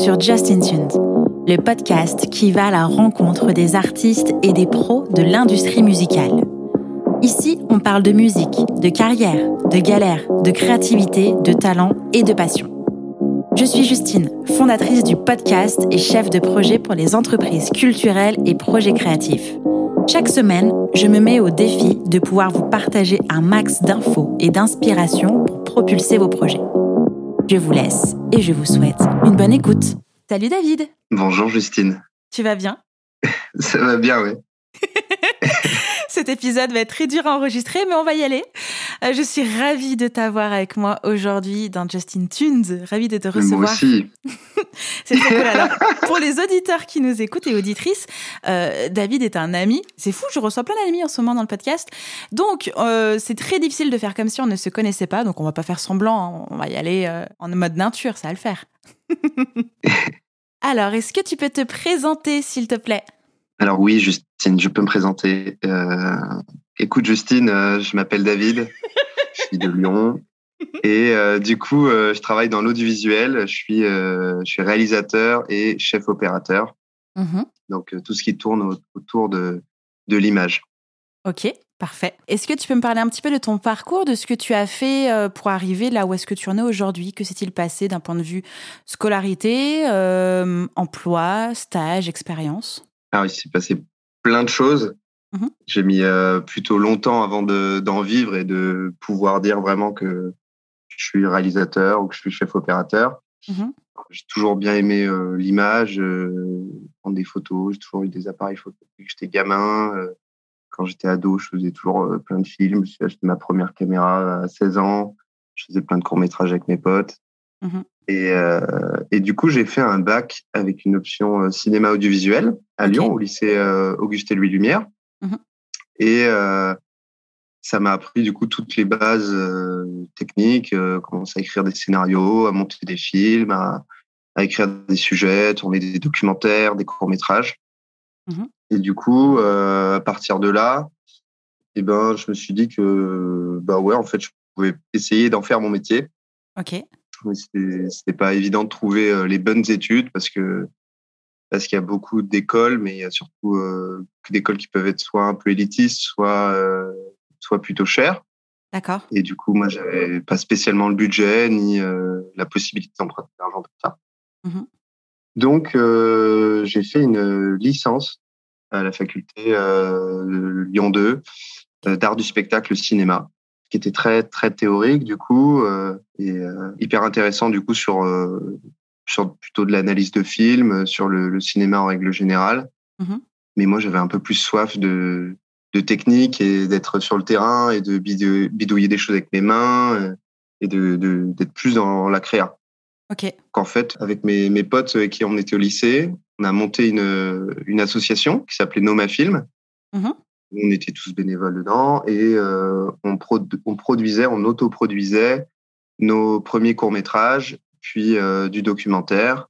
sur Just in Tunes, le podcast qui va à la rencontre des artistes et des pros de l'industrie musicale. Ici, on parle de musique, de carrière, de galère, de créativité, de talent et de passion. Je suis Justine, fondatrice du podcast et chef de projet pour les entreprises culturelles et projets créatifs. Chaque semaine, je me mets au défi de pouvoir vous partager un max d'infos et d'inspiration pour propulser vos projets. Je vous laisse et je vous souhaite une bonne écoute. Salut David. Bonjour Justine. Tu vas bien ? Ça va bien, oui. Cet épisode va être très dur à enregistrer, mais on va y aller. Je suis ravie de t'avoir avec moi aujourd'hui dans Just in Tunes. Ravie de te recevoir. Moi aussi. C'est très cool. Alors, pour les auditeurs qui nous écoutent et auditrices, David est un ami. C'est fou, je reçois plein d'amis en ce moment dans le podcast. Donc, c'est très difficile de faire comme si on ne se connaissait pas. Donc, on va pas faire semblant. Hein. On va y aller en mode nature, ça va le faire. Alors, est-ce que tu peux te présenter, s'il te plaît ? Alors oui, Justine, je peux me présenter. Écoute, Justine, je m'appelle David, je suis de Lyon. Et du coup, je travaille dans l'audiovisuel. Je suis réalisateur et chef opérateur. Mm-hmm. Donc, tout ce qui tourne autour de l'image. Ok, parfait. Est-ce que tu peux me parler un petit peu de ton parcours, de ce que tu as fait pour arriver là où est-ce que tu en es aujourd'hui ? Que s'est-il passé d'un point de vue scolarité, emploi, stage, expérience ? Alors, il s'est passé plein de choses. Mm-hmm. J'ai mis plutôt longtemps avant d'en vivre et de pouvoir dire vraiment que je suis réalisateur ou que je suis chef opérateur. Mm-hmm. J'ai toujours bien aimé l'image, prendre des photos. J'ai toujours eu des appareils photo depuis que j'étais gamin. Quand j'étais ado, je faisais toujours plein de films. J'ai acheté ma première caméra à 16 ans. Je faisais plein de courts-métrages avec mes potes. Mm-hmm. Et du coup, j'ai fait un bac avec une option cinéma audiovisuel à Lyon, au lycée Auguste et Louis Lumière. Mm-hmm. Et ça m'a appris du coup toutes les bases techniques, commencer à écrire des scénarios, à monter des films, à écrire des sujets, tourner des documentaires, des courts-métrages. Mm-hmm. Et du coup, à partir de là, je me suis dit que en fait, je pouvais essayer d'en faire mon métier. Ok. Mais c'était pas évident de trouver les bonnes études parce qu'il y a beaucoup d'écoles, mais il y a surtout que d'écoles qui peuvent être soit un peu élitistes, soit plutôt chères. D'accord. Et du coup, moi, j'avais pas spécialement le budget ni la possibilité d'emprunter l'argent pour ça. Mm-hmm. Donc, j'ai fait une licence à la faculté Lyon 2 d'art du spectacle cinéma, qui était très très théorique du coup et hyper intéressant du coup sur plutôt de l'analyse de films, sur le cinéma en règle générale. Mm-hmm. Mais moi, j'avais un peu plus soif de technique et d'être sur le terrain et de bidouiller des choses avec mes mains et d'être plus dans la créa. Ok. Qu'en fait, avec mes potes avec qui on était au lycée, on a monté une association qui s'appelait Noma Film. Mm-hmm. On était tous bénévoles dedans et on autoproduisait nos premiers courts-métrages, puis du documentaire.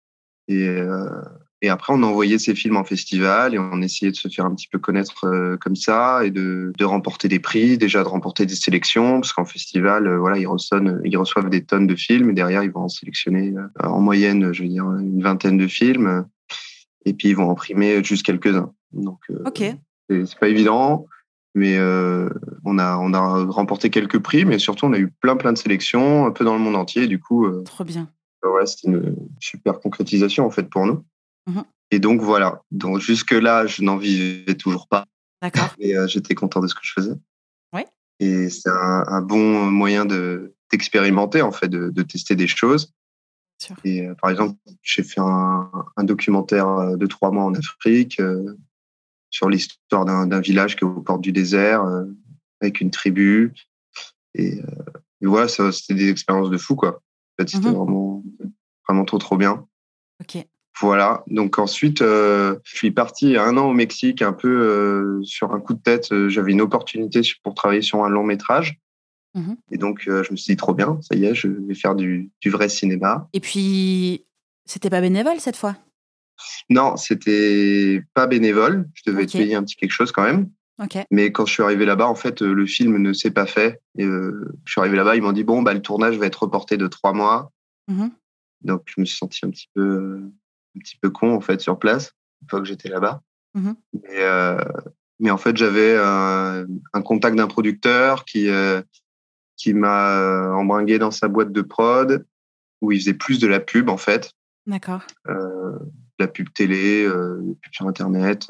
Et après, on envoyait ces films en festival et on essayait de se faire un petit peu connaître comme ça et de remporter des prix, déjà de remporter des sélections, parce qu'en festival, ils reçoivent des tonnes de films et derrière, ils vont en sélectionner en moyenne, je veux dire, une vingtaine de films et puis ils vont en primer juste quelques-uns. Donc, ok. c'est pas évident, mais on a remporté quelques prix, mais surtout, on a eu plein de sélections, un peu dans le monde entier. Du coup, Trop bien. c'était une super concrétisation, en fait, pour nous. Mm-hmm. Et donc, voilà. Donc, jusque-là, je n'en vivais toujours pas. D'accord. Mais j'étais content de ce que je faisais. Ouais. Et c'est un bon moyen d'expérimenter, en fait, de tester des choses. Sûr. Et par exemple, j'ai fait un documentaire de 3 mois en Afrique sur l'histoire d'un village qui est aux portes du désert, avec une tribu. Et voilà, c'était des expériences de fou, quoi. En fait, c'était vraiment, vraiment trop, trop bien. Ok. Voilà. Donc ensuite, je suis parti 1 an au Mexique, un peu sur un coup de tête. J'avais une opportunité pour travailler sur un long métrage. Mm-hmm. Et donc, je me suis dit, trop bien, ça y est, je vais faire du vrai cinéma. Et puis, c'était pas bénévole cette fois ? Non, c'était pas bénévole. Je devais Ok. te payer un petit quelque chose quand même. Ok. Mais quand je suis arrivé là-bas, en fait, le film ne s'est pas fait. Et je suis arrivé là-bas, ils m'ont dit, bon, le tournage va être reporté de 3 mois. Mm-hmm. Donc, je me suis senti un petit peu con, en fait, sur place, une fois que j'étais là-bas. Mmh. Mais, mais en fait, j'avais un contact d'un producteur qui m'a embringué dans sa boîte de prod, où il faisait plus de la pub, en fait. D'accord. La pub télé, pub sur Internet,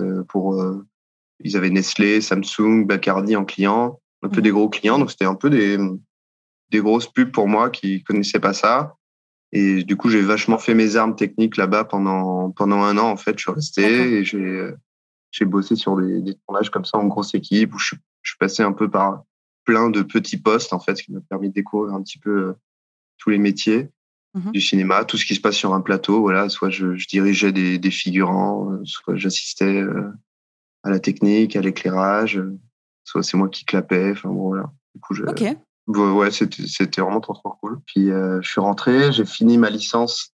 ils avaient Nestlé, Samsung, Bacardi en client, un peu des gros clients. Donc, c'était un peu des grosses pubs pour moi qui connaissaient pas ça. Et du coup, j'ai vachement fait mes armes techniques là-bas pendant 1 an. En fait, je suis resté D'accord. et j'ai bossé sur des tournages comme ça en grosse équipe où je suis passé un peu par plein de petits postes, en fait, ce qui m'a permis de découvrir un petit peu tous les métiers Mmh. du cinéma, tout ce qui se passe sur un plateau. Voilà, soit je dirigeais des figurants, soit j'assistais à la technique, à l'éclairage, soit c'est moi qui clapais. Enfin bon, voilà. Du coup, OK. ouais, c'était vraiment trop cool. Puis je suis rentré, j'ai fini ma licence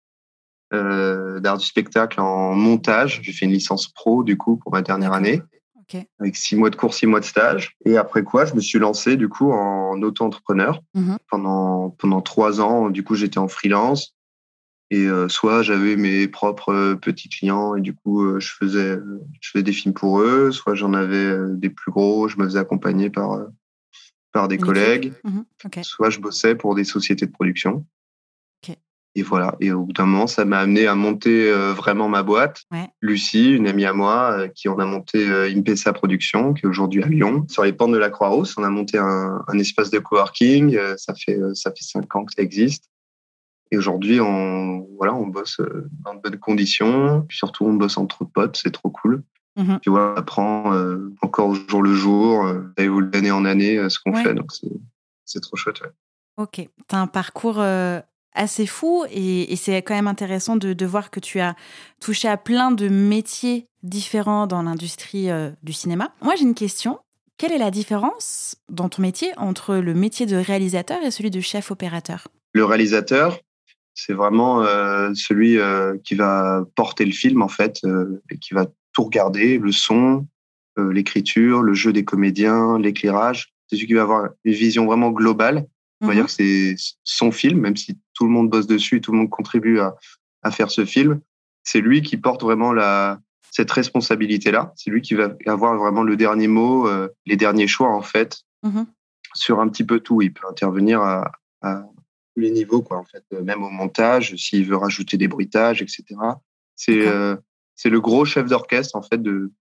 d'art du spectacle en montage. J'ai fait une licence pro du coup pour ma dernière D'accord. année, OK. avec 6 mois de cours, 6 mois de stage. Et après quoi, je me suis lancé du coup en auto-entrepreneur Mmh. pendant 3 ans. Du coup, j'étais en freelance et soit j'avais mes propres petits clients et du coup je faisais des films pour eux, soit j'en avais des plus gros, je me faisais accompagner par des Une équipe? collègues, Mmh. OK. soit je bossais pour des sociétés de production. OK. Et voilà. Et au bout d'un moment, ça m'a amené à monter vraiment ma boîte. Ouais. Lucie, une amie à moi, qui en a monté Impesa Production, qui est aujourd'hui à Lyon, sur les pentes de la Croix-Rousse. On a monté un espace de coworking. Ça fait 5 ans que ça existe. Et aujourd'hui, on bosse dans de bonnes conditions. Puis surtout, on bosse entre potes. C'est trop cool. Mmh. Puis voilà, on apprend encore au jour le jour. Ça évolue d'année en année ce qu'on Ouais. fait. Donc, c'est trop chouette. Ouais. OK. Tu as un parcours, assez fou et c'est quand même intéressant de voir que tu as touché à plein de métiers différents dans l'industrie, du cinéma. Moi, j'ai une question. Quelle est la différence dans ton métier entre le métier de réalisateur et celui de chef opérateur? Le réalisateur, c'est vraiment celui qui va porter le film en fait et qui va tout regarder, le son, l'écriture, le jeu des comédiens, l'éclairage. C'est celui qui va avoir une vision vraiment globale. On va Mmh. dire que c'est son film, même si tout le monde bosse dessus et tout le monde contribue à faire ce film. C'est lui qui porte vraiment cette responsabilité-là. C'est lui qui va avoir vraiment le dernier mot, les derniers choix en fait Mmh. sur un petit peu tout. Il peut intervenir à tous les niveaux, quoi, en fait, même au montage, s'il veut rajouter des bruitages, etc. C'est D'accord. euh, c'est le gros chef d'orchestre en fait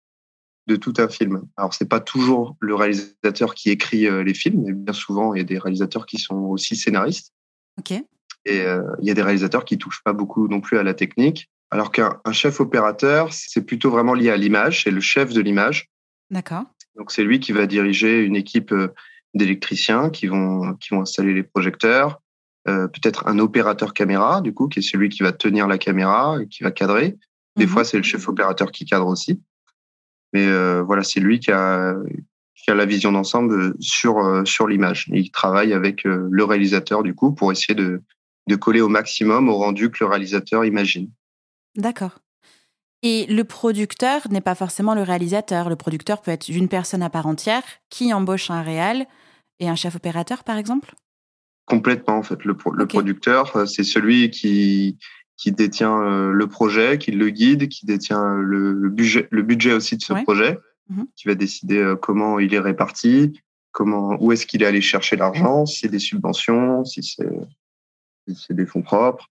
de tout un film. Alors c'est pas toujours le réalisateur qui écrit les films, mais bien souvent il y a des réalisateurs qui sont aussi scénaristes OK. et il y a des réalisateurs qui touchent pas beaucoup non plus à la technique. Alors qu'un chef opérateur, c'est plutôt vraiment lié à l'image, c'est le chef de l'image. D'accord. Donc c'est lui qui va diriger une équipe d'électriciens qui vont installer les projecteurs, peut-être un opérateur caméra du coup qui est celui qui va tenir la caméra et qui va cadrer. Des Mmh. fois c'est le chef opérateur qui cadre aussi, mais voilà c'est lui qui a la vision d'ensemble sur l'image. Il travaille avec le réalisateur du coup pour essayer de coller au maximum au rendu que le réalisateur imagine. D'accord. Et le producteur n'est pas forcément le réalisateur. Le producteur peut être une personne à part entière qui embauche un réal et un chef opérateur, par exemple? Complètement, en fait. Le OK. producteur, c'est celui qui détient le projet, qui le guide, qui détient le budget aussi de ce Ouais. projet, Mmh. qui va décider comment il est réparti, où est-ce qu'il est allé chercher l'argent, si c'est des subventions, si c'est des fonds propres.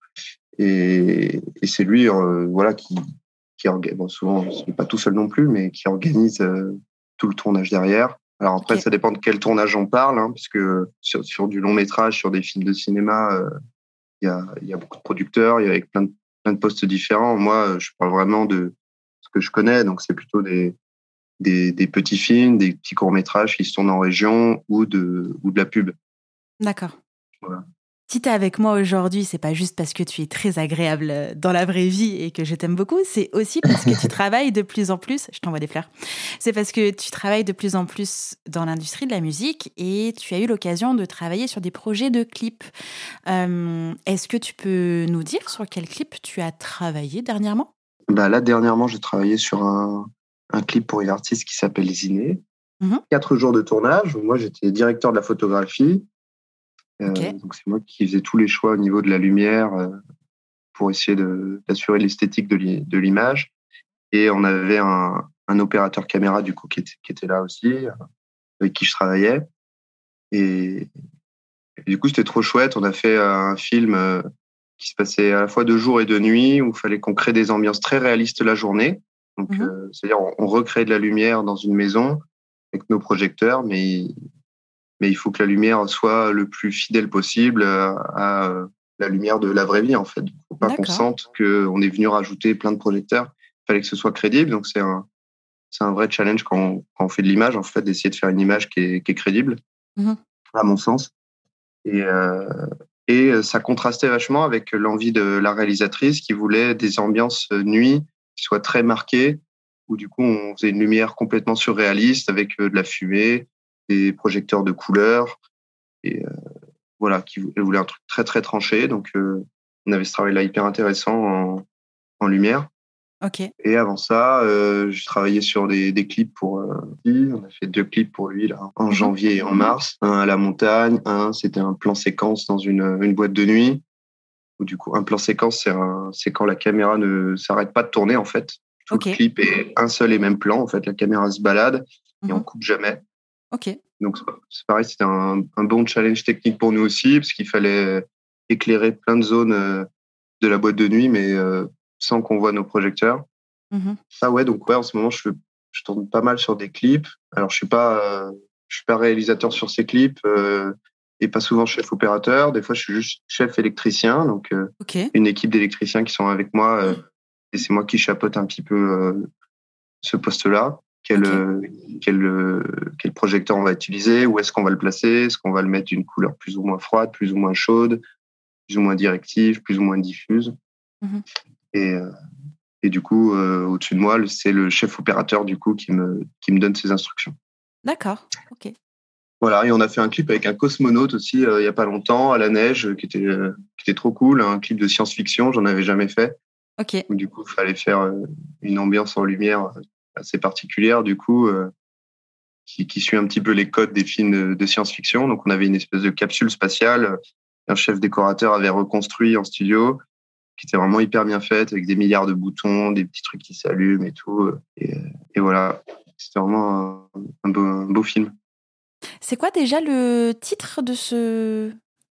Et c'est lui, voilà, qui organise, bon, souvent, il n'est pas tout seul non plus, mais qui organise tout le tournage derrière. Alors après, OK. ça dépend de quel tournage on parle, hein, parce que sur du long métrage, sur des films de cinéma, il y a beaucoup de producteurs, il y a avec plein de postes différents. Moi, je parle vraiment de ce que je connais, donc c'est plutôt des petits films, des petits courts métrages qui se tournent en région ou de la pub. D'accord. Voilà. Si tu es avec moi aujourd'hui, c'est pas juste parce que tu es très agréable, dans la vraie vie et que je t'aime beaucoup, c'est aussi parce que tu travailles de plus en plus je t'envoie des fleurs. C'est parce que tu travailles de plus en plus dans l'industrie de la musique et tu as eu l'occasion de travailler sur des projets de clips. Est-ce que tu peux nous dire sur quel clip tu as travaillé dernièrement? Bah là, dernièrement, j'ai travaillé sur un clip pour une artiste qui s'appelle Ziné. Mmh. 4 jours de tournage. Moi, j'étais directeur de la photographie. OK. Donc, c'est moi qui faisais tous les choix au niveau de la lumière pour essayer d'assurer l'esthétique de l'image. Et on avait un opérateur caméra du coup qui était là aussi, avec qui je travaillais. Et du coup, c'était trop chouette. On a fait un film qui se passait à la fois de jour et de nuit, où il fallait qu'on crée des ambiances très réalistes la journée. Donc, c'est-à-dire, on recrée de la lumière dans une maison avec nos projecteurs, mais il faut que la lumière soit le plus fidèle possible à la lumière de la vraie vie, en fait. Il ne faut pas qu'on sente qu'on est venu rajouter plein de projecteurs. Il fallait que ce soit crédible. Donc, c'est un vrai challenge quand on fait de l'image, en fait, d'essayer de faire une image qui est crédible, à mon sens. Et ça contrastait vachement avec l'envie de la réalisatrice qui voulait des ambiances nuit qui soient très marquées, où du coup on faisait une lumière complètement surréaliste avec de la fumée, des projecteurs de couleurs, et voilà, elle voulait un truc très très tranché. Donc on avait ce travail-là hyper intéressant en lumière. Okay. Et avant ça, je travaillais sur des clips pour lui. On a fait 2 clips pour lui là, en janvier et en mars. Un à la montagne, c'était un plan séquence dans une boîte de nuit. Où du coup, un plan séquence, c'est quand la caméra ne s'arrête pas de tourner en fait. Tout le clip est un seul et même plan. En fait, la caméra se balade et on coupe jamais. Okay. Donc c'est pareil, c'était un bon challenge technique pour nous aussi, parce qu'il fallait éclairer plein de zones de la boîte de nuit, mais sans qu'on voit nos projecteurs. Ah ouais, donc ouais, en ce moment, je tourne pas mal sur des clips. Alors, je suis pas réalisateur sur ces clips et pas souvent chef opérateur. Des fois, je suis juste chef électricien, donc une équipe d'électriciens qui sont avec moi et c'est moi qui chapeaute un petit peu ce poste-là. Quel projecteur on va utiliser, où est-ce qu'on va le placer, est-ce qu'on va le mettre d'une couleur plus ou moins froide, plus ou moins chaude, plus ou moins directive, plus ou moins diffuse. Et du coup, au-dessus de moi, c'est le chef opérateur du coup qui me donne ses instructions. D'accord. Voilà, et on a fait un clip avec un cosmonaute aussi il y a pas longtemps à la neige qui était trop cool, un clip de science-fiction, j'en avais jamais fait. Où, du coup, il fallait faire une ambiance en lumière assez particulière du coup qui suit un petit peu les codes des films de science-fiction. Donc on avait une espèce de capsule spatiale qu'un chef décorateur avait reconstruit en studio, qui était vraiment hyper bien faite, avec des milliards de boutons, des petits trucs qui s'allument et tout. Et voilà, c'était vraiment un beau film. C'est quoi déjà le titre de ce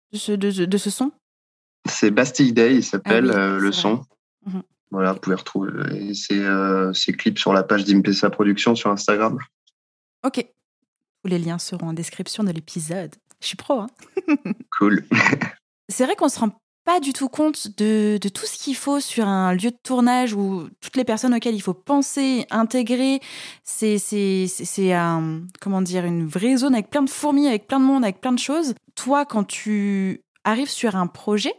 son? C'est Bastille Day, il s'appelle le son. Voilà, Okay. vous pouvez retrouver ces clips sur la page d'Impesa Productions sur Instagram. Ok. Tous les liens seront en description de l'épisode. Je suis pro, hein. Cool. C'est vrai qu'on se rend pas du tout compte de tout ce qu'il faut sur un lieu de tournage où toutes les personnes auxquelles il faut penser, intégrer. C'est comment dire, une vraie zone avec plein de fourmis, avec plein de monde, avec plein de choses. Toi, quand tu arrives sur un projet,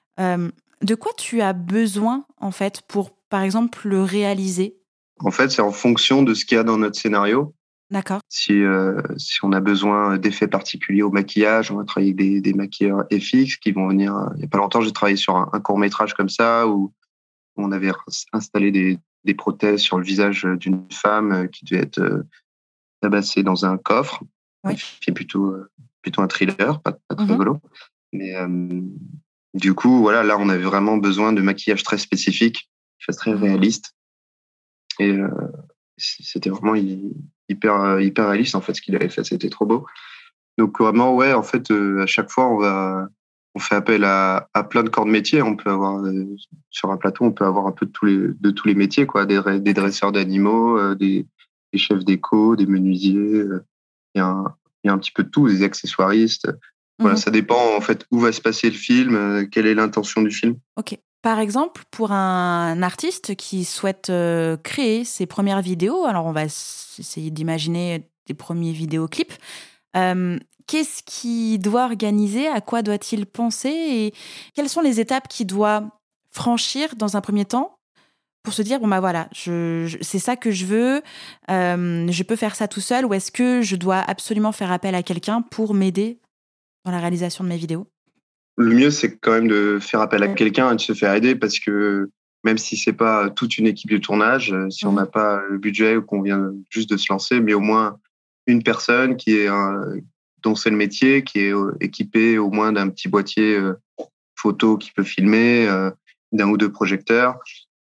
de quoi tu as besoin, en fait, pour, par exemple, le réaliser? En fait, c'est en fonction de ce qu'il y a dans notre scénario. D'accord. Si on a besoin d'effets particuliers au maquillage, on va travailler avec des maquilleurs FX qui vont venir. Il n'y a pas longtemps, j'ai travaillé sur un court-métrage comme ça où on avait installé des prothèses sur le visage d'une femme qui devait être tabassée dans un coffre. Ouais. C'est plutôt un thriller, pas très rigolo. Mais du coup, voilà, là, on avait vraiment besoin de maquillage très spécifique, très réaliste. Et c'était vraiment hyper réaliste en fait ce qu'il avait fait, c'était trop beau. Donc vraiment ouais, en fait à chaque fois on fait appel à plein de corps de métier. On peut avoir sur un plateau, on peut avoir un peu de tous les métiers quoi, des dresseurs d'animaux, des chefs d'éco, des menuisiers, il y a un petit peu de tout, des accessoiristes. Voilà, ça dépend en fait où va se passer le film, quelle est l'intention du film. Ok. Par exemple, pour un artiste qui souhaite créer ses premières vidéos, alors on va essayer d'imaginer des premiers vidéoclips, qu'est-ce qu'il doit organiser? À quoi doit-il penser? Et quelles sont les étapes qu'il doit franchir dans un premier temps pour se dire, bon bah voilà, c'est ça que je veux, je peux faire ça tout seul, ou est-ce que je dois absolument faire appel à quelqu'un pour m'aider dans la réalisation de mes vidéos? Le mieux, c'est quand même de faire appel à quelqu'un et de se faire aider parce que même si c'est pas toute une équipe de tournage, si on n'a pas le budget ou qu'on vient juste de se lancer, mais au moins une personne dont c'est le métier, qui est équipée au moins d'un petit boîtier photo qui peut filmer, d'un ou deux projecteurs.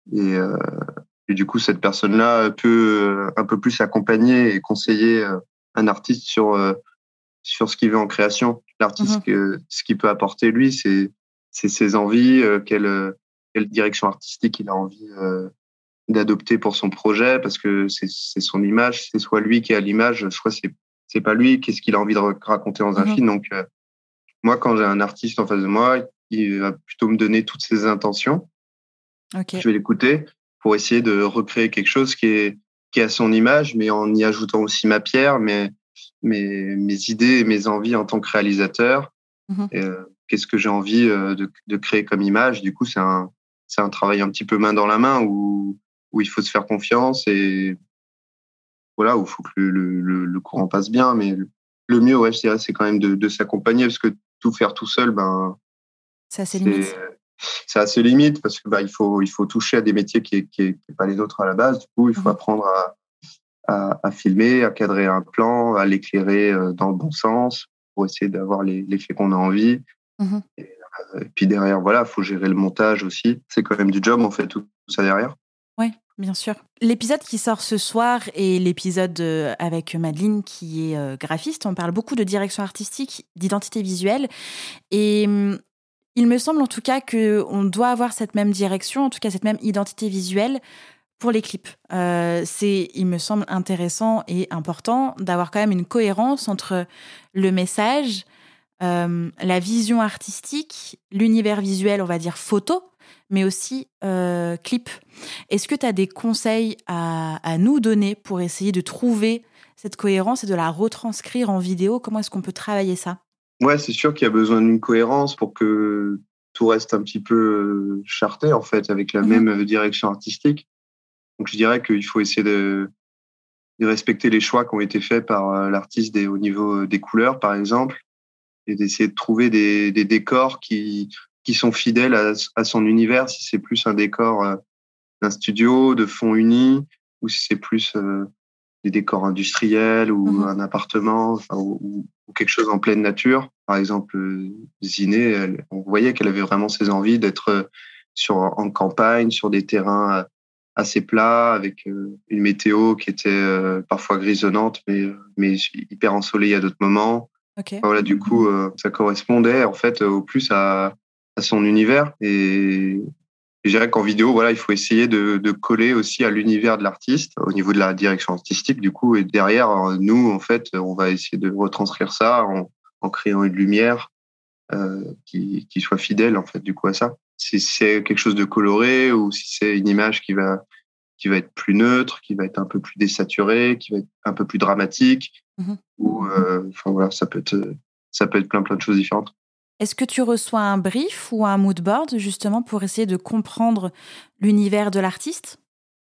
Et du coup, cette personne-là peut un peu plus accompagner et conseiller un artiste sur ce qu'il veut en création. L'artiste, ce qu'il peut apporter, lui, c'est ses envies, quelle direction artistique il a envie d'adopter pour son projet, parce que c'est son image, c'est soit lui qui a l'image, soit c'est pas lui, qu'est-ce qu'il a envie de raconter dans un film. Donc, moi, quand j'ai un artiste en face de moi, il va plutôt me donner toutes ses intentions. Okay. Je vais l'écouter pour essayer de recréer quelque chose qui est à son image, mais en y ajoutant aussi ma pierre, mes idées et mes envies en tant que réalisateur. Qu'est-ce que j'ai envie de créer comme image. Du coup, c'est un travail un petit peu main dans la main où il faut se faire confiance et voilà, où il faut que le courant passe bien. Mais le mieux, ouais, je dirais, c'est quand même de s'accompagner, parce que tout faire tout seul, ça, c'est limite. C'est assez limite, parce que il faut toucher à des métiers qui est pas les nôtres à la base. Du coup, il faut apprendre à filmer, à cadrer un plan, à l'éclairer dans le bon sens pour essayer d'avoir l'effet qu'on a envie. Et puis derrière, voilà, faut gérer le montage aussi. C'est quand même du job, on fait tout ça derrière. Oui, bien sûr. L'épisode qui sort ce soir est l'épisode avec Madeleine, qui est graphiste. On parle beaucoup de direction artistique, d'identité visuelle. Et il me semble en tout cas qu'on doit avoir cette même direction, en tout cas cette même identité visuelle pour les clips. Il me semble intéressant et important d'avoir quand même une cohérence entre le message, la vision artistique, l'univers visuel, on va dire photo, mais aussi clip. Est-ce que tu as des conseils à nous donner pour essayer de trouver cette cohérence et de la retranscrire en vidéo? Comment est-ce qu'on peut travailler ça? Ouais, c'est sûr qu'il y a besoin d'une cohérence pour que tout reste un petit peu charté, en fait, avec la même direction artistique. Donc, je dirais qu'il faut essayer de respecter les choix qui ont été faits par l'artiste au niveau des couleurs, par exemple, et d'essayer de trouver des décors qui sont fidèles à son univers, si c'est plus un décor d'un studio, de fond uni, ou si c'est plus des décors industriels ou un appartement, ou quelque chose en pleine nature. Par exemple, Ziné, on voyait qu'elle avait vraiment ses envies d'être en campagne, sur des terrains assez plats, avec une météo qui était parfois grisonnante, mais hyper ensoleillée à d'autres moments. Okay. Voilà, du coup, ça correspondait en fait au plus à son univers. Et je dirais qu'en vidéo, voilà, il faut essayer de coller aussi à l'univers de l'artiste au niveau de la direction artistique, du coup. Et derrière, nous, en fait, on va essayer de retranscrire ça en créant une lumière qui soit fidèle, en fait, du coup, à ça. Si c'est quelque chose de coloré ou si c'est une image qui va être plus neutre, qui va être un peu plus désaturée, qui va être un peu plus dramatique, ou enfin voilà, ça peut être plein de choses différentes. Est-ce que tu reçois un brief ou un mood board justement pour essayer de comprendre l'univers de l'artiste?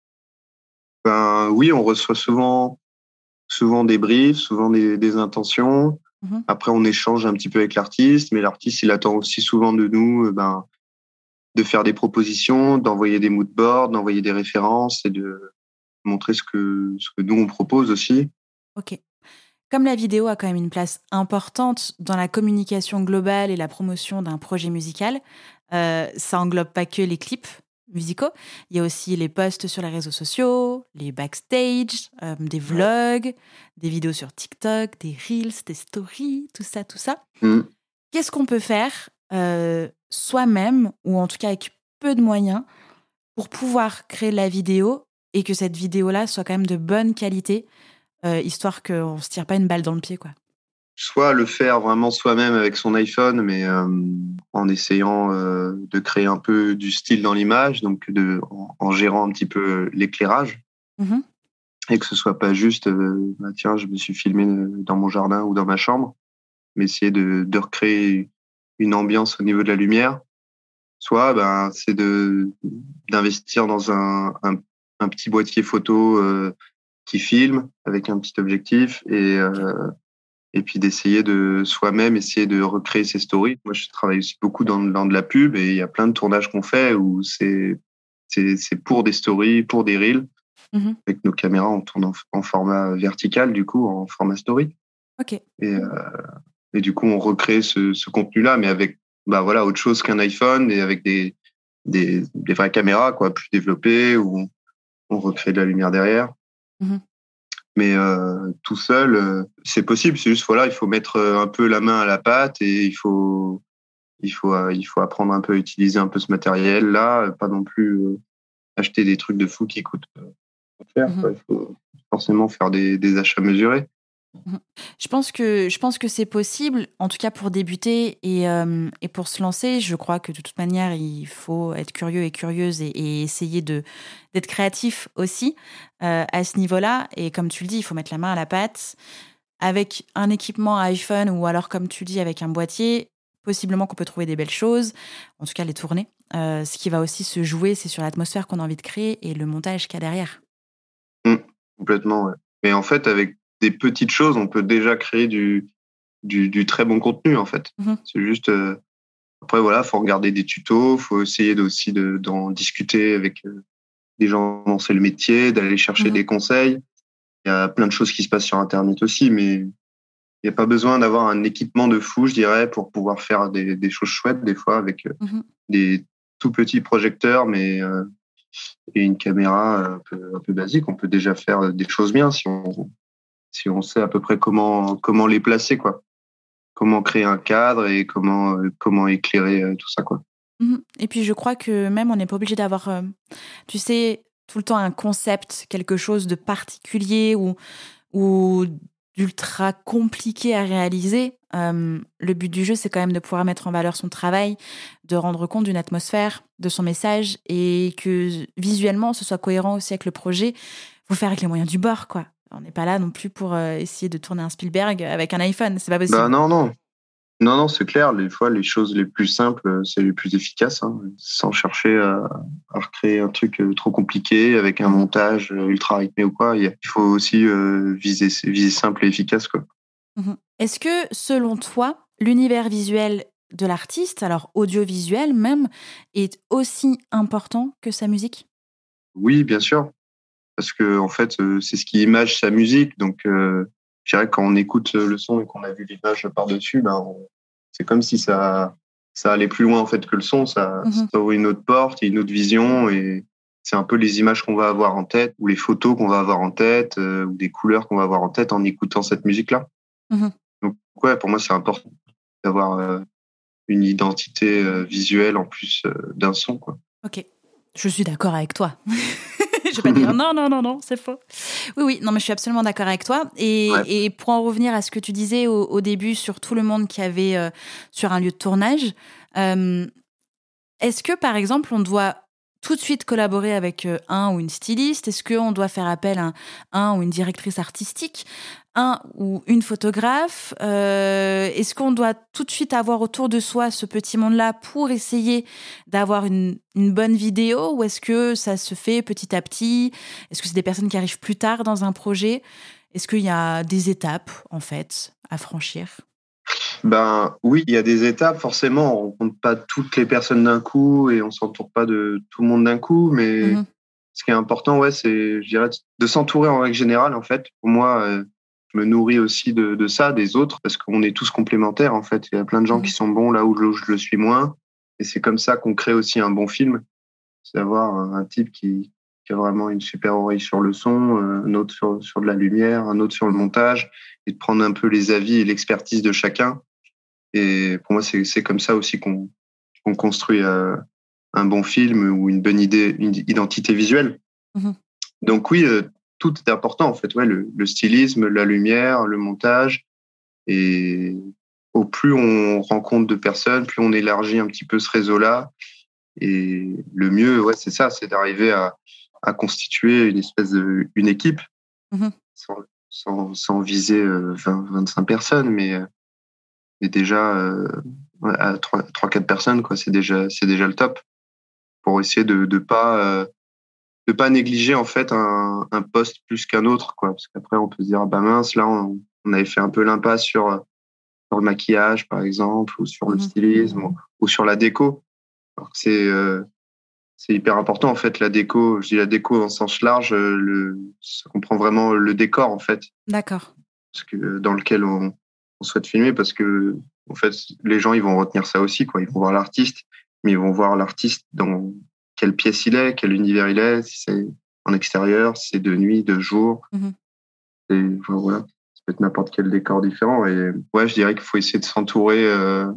Oui, on reçoit souvent des briefs, souvent des intentions. Après, on échange un petit peu avec l'artiste, mais l'artiste, il attend aussi souvent de nous de faire des propositions, d'envoyer des mood boards, d'envoyer des références et de montrer ce que nous, on propose aussi. Ok. Comme la vidéo a quand même une place importante dans la communication globale et la promotion d'un projet musical, ça englobe pas que les clips musicaux. Il y a aussi les posts sur les réseaux sociaux, les backstage, des vlogs, des vidéos sur TikTok, des reels, des stories, tout ça. Qu'est-ce qu'on peut faire soi-même, ou en tout cas avec peu de moyens, pour pouvoir créer la vidéo et que cette vidéo-là soit quand même de bonne qualité, histoire qu'on ne se tire pas une balle dans le pied, quoi. Soit le faire vraiment soi-même avec son iPhone, mais en essayant de créer un peu du style dans l'image, donc en gérant un petit peu l'éclairage, et que ce soit pas juste tiens, je me suis filmé dans mon jardin ou dans ma chambre, mais essayer de recréer une ambiance au niveau de la lumière. Soit c'est d'investir dans un petit boîtier photo qui filme avec un petit objectif, et puis d'essayer de soi-même essayer de recréer ses stories. Moi, je travaille aussi beaucoup dans de la pub, et il y a plein de tournages qu'on fait où c'est pour des stories, pour des reels. Avec nos caméras, on tourne en format vertical, du coup, en format story. Ok. Et du coup, on recrée ce contenu-là, mais avec voilà, autre chose qu'un iPhone, et avec des des vraies caméras, quoi, plus développées, où on recrée de la lumière derrière. Mhm. Mais tout seul, c'est possible. C'est juste, voilà, il faut mettre un peu la main à la pâte et il faut apprendre un peu à utiliser un peu ce matériel-là, pas non plus acheter des trucs de fou qui coûtent cher, Mhm. quoi. Il faut forcément faire des achats mesurés. Mhm. Je pense que c'est possible, en tout cas pour débuter et pour se lancer. Je crois que de toute manière, il faut être curieux et curieuse et essayer d'être créatif aussi à ce niveau-là. Et comme tu le dis, il faut mettre la main à la pâte avec un équipement iPhone ou alors, comme tu dis, avec un boîtier. Possiblement qu'on peut trouver des belles choses, en tout cas les tourner. Ce qui va aussi se jouer, c'est sur l'atmosphère qu'on a envie de créer et le montage qu'il y a derrière. Mmh, complètement, ouais. Mais en fait, avec des petites choses, on peut déjà créer du très bon contenu, en fait. Mhm. C'est juste, après, voilà, faut regarder des tutos, faut essayer d'en discuter avec des gens dont c'est le métier, d'aller chercher Mhm. des conseils. Il y a plein de choses qui se passent sur Internet aussi, mais il n'y a pas besoin d'avoir un équipement de fou, je dirais, pour pouvoir faire des choses chouettes, des fois, avec Mhm. des tout petits projecteurs, mais et une caméra un peu basique. On peut déjà faire des choses bien si on sait à peu près comment les placer, quoi. Comment créer un cadre et comment éclairer tout ça, quoi. Mhm. Et puis je crois que même on n'est pas obligé d'avoir, tu sais, tout le temps un concept, quelque chose de particulier ou d'ultra compliqué à réaliser. Le but du jeu, c'est quand même de pouvoir mettre en valeur son travail, de rendre compte d'une atmosphère, de son message et que visuellement, ce soit cohérent aussi avec le projet. Faut faire avec les moyens du bord, quoi. On n'est pas là non plus pour essayer de tourner un Spielberg avec un iPhone, c'est pas Bah possible. non, non. Non, non, c'est clair. Des fois, les choses les plus simples, c'est les plus efficaces, hein, sans chercher à recréer un truc trop compliqué avec un Mhm. montage ultra rythmé ou quoi. Il faut aussi viser simple et efficace, quoi. Mhm. Est-ce que, selon toi, l'univers visuel de l'artiste, alors audiovisuel même, est aussi important que sa musique? Oui, bien sûr, parce que en fait, c'est ce qui image sa musique. Donc, je dirais que quand on écoute le son et qu'on a vu l'image par-dessus, c'est comme si ça allait plus loin en fait que le son. Mhm. Ça ouvre une autre porte et une autre vision et c'est un peu les images qu'on va avoir en tête ou les photos qu'on va avoir en tête ou des couleurs qu'on va avoir en tête en écoutant cette musique-là. Mhm. Donc, ouais, pour moi, c'est important d'avoir une identité visuelle en plus d'un son, quoi. Ok, je suis d'accord avec toi. Je vais pas dire non, non, non, non, c'est faux. Oui, oui, non, mais je suis absolument d'accord avec toi. Ouais. Et pour en revenir à ce que tu disais au début sur tout le monde qu'il y avait sur un lieu de tournage, euh, est-ce que, par exemple, on doit tout de suite collaborer avec un ou une styliste? Est-ce qu'on doit faire appel à un ou une directrice artistique? Un ou une photographe? Est-ce qu'on doit tout de suite avoir autour de soi ce petit monde-là pour essayer d'avoir une bonne vidéo? Ou est-ce que ça se fait petit à petit? Est-ce que c'est des personnes qui arrivent plus tard dans un projet? Est-ce qu'il y a des étapes, en fait, à franchir? Ben oui, il y a des étapes, forcément. On rencontre pas toutes les personnes d'un coup et on s'entoure pas de tout le monde d'un coup. Mais Mhm, ce qui est important, ouais, c'est, je dirais, de s'entourer en règle générale, en fait. Pour moi, je me nourris aussi de ça, des autres, parce qu'on est tous complémentaires, en fait. Il y a plein de gens qui mhm, sont bons là où je le suis moins. Et c'est comme ça qu'on crée aussi un bon film. C'est d'avoir un type qui a vraiment une super oreille sur le son, un autre sur de la lumière, un autre sur le mhm. montage, et de prendre un peu les avis et l'expertise de chacun. Et pour moi, c'est comme ça aussi qu'on construit un bon film ou une bonne idée, une identité visuelle. Mhm. Donc oui, tout est important en fait. Ouais, le stylisme, la lumière, le montage. Et au plus on rencontre de personnes, plus on élargit un petit peu ce réseau-là. Et le mieux, ouais, c'est ça, c'est d'arriver à constituer une espèce une équipe Mhm. sans, sans viser 25 personnes, mais déjà ouais, à 4 personnes, quoi, c'est déjà le top pour essayer de pas négliger en fait un poste plus qu'un autre, quoi, parce qu'après on peut se dire ah bah mince là on avait fait un peu l'impasse sur le maquillage par exemple ou sur le Mhm. stylisme ou sur la déco. Alors que c'est hyper important en fait la déco. Je dis la déco en sens large, ça comprend vraiment le décor en fait, D'accord. parce que dans lequel on souhaite filmer, parce que en fait les gens ils vont retenir ça aussi quoi. Ils vont voir l'artiste, mais ils vont voir l'artiste dans quelle pièce il est, quel univers il est, si c'est en extérieur, si c'est de nuit, de jour. Et voilà, ça peut être n'importe quel décor différent. Et ouais, je dirais qu'il faut essayer de s'entourer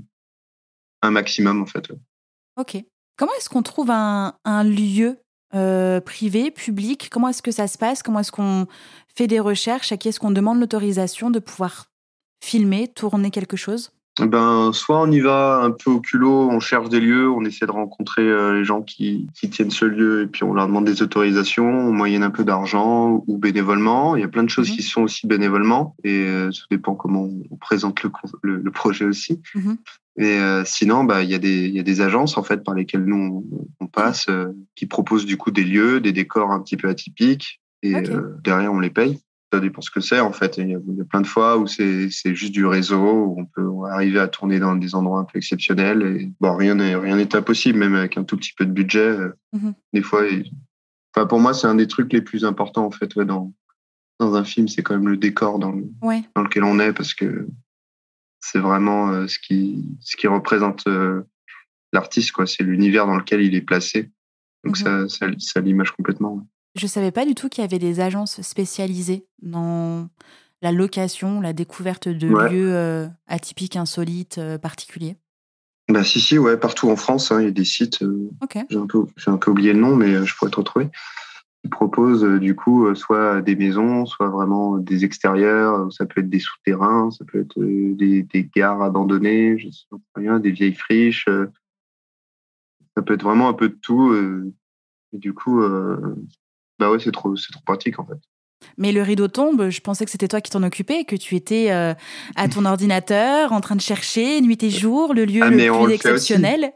un maximum, en fait. Ok. Comment est-ce qu'on trouve un lieu privé, public? Comment est-ce que ça se passe? Comment est-ce qu'on fait des recherches? À qui est-ce qu'on demande l'autorisation de pouvoir filmer, tourner quelque chose? Ben, soit on y va un peu au culot, on cherche des lieux, on essaie de rencontrer les gens qui tiennent ce lieu et puis on leur demande des autorisations, on moyenne un peu d'argent ou bénévolement. Il y a plein de choses qui se font aussi bénévolement et ça dépend comment on présente le projet aussi. Et sinon, bah, il y a des agences en fait par lesquelles nous on passe qui proposent du coup des lieux, des décors un petit peu atypiques et derrière on les paye. Ça dépend ce que c'est en fait. Il y a plein de fois où c'est juste du réseau, où on peut arriver à tourner dans des endroits un peu exceptionnels. Et bon, rien n'est impossible, même avec un tout petit peu de budget. Des fois, enfin pour moi, c'est un des trucs les plus importants en fait dans un film, c'est quand même le décor dans lequel on est, parce que c'est vraiment ce qui représente l'artiste, quoi. C'est l'univers dans lequel il est placé. Donc ça l'image complètement. Je savais pas du tout qu'il y avait des agences spécialisées dans la location, la découverte de lieux atypiques, insolites, particuliers. Bah si, ouais, partout en France, il y a des sites. J'ai un peu oublié le nom, mais je pourrais te retrouver. Ils proposent du coup soit des maisons, soit vraiment des extérieurs. Ça peut être des souterrains, ça peut être des gares abandonnées, je sais pas rien, des vieilles friches. Ça peut être vraiment un peu de tout. Et du coup, bah ouais, c'est trop pratique en fait. Mais le rideau tombe, je pensais que c'était toi qui t'en occupais, que tu étais à ton ordinateur, en train de chercher nuit et jour le lieu le plus exceptionnel.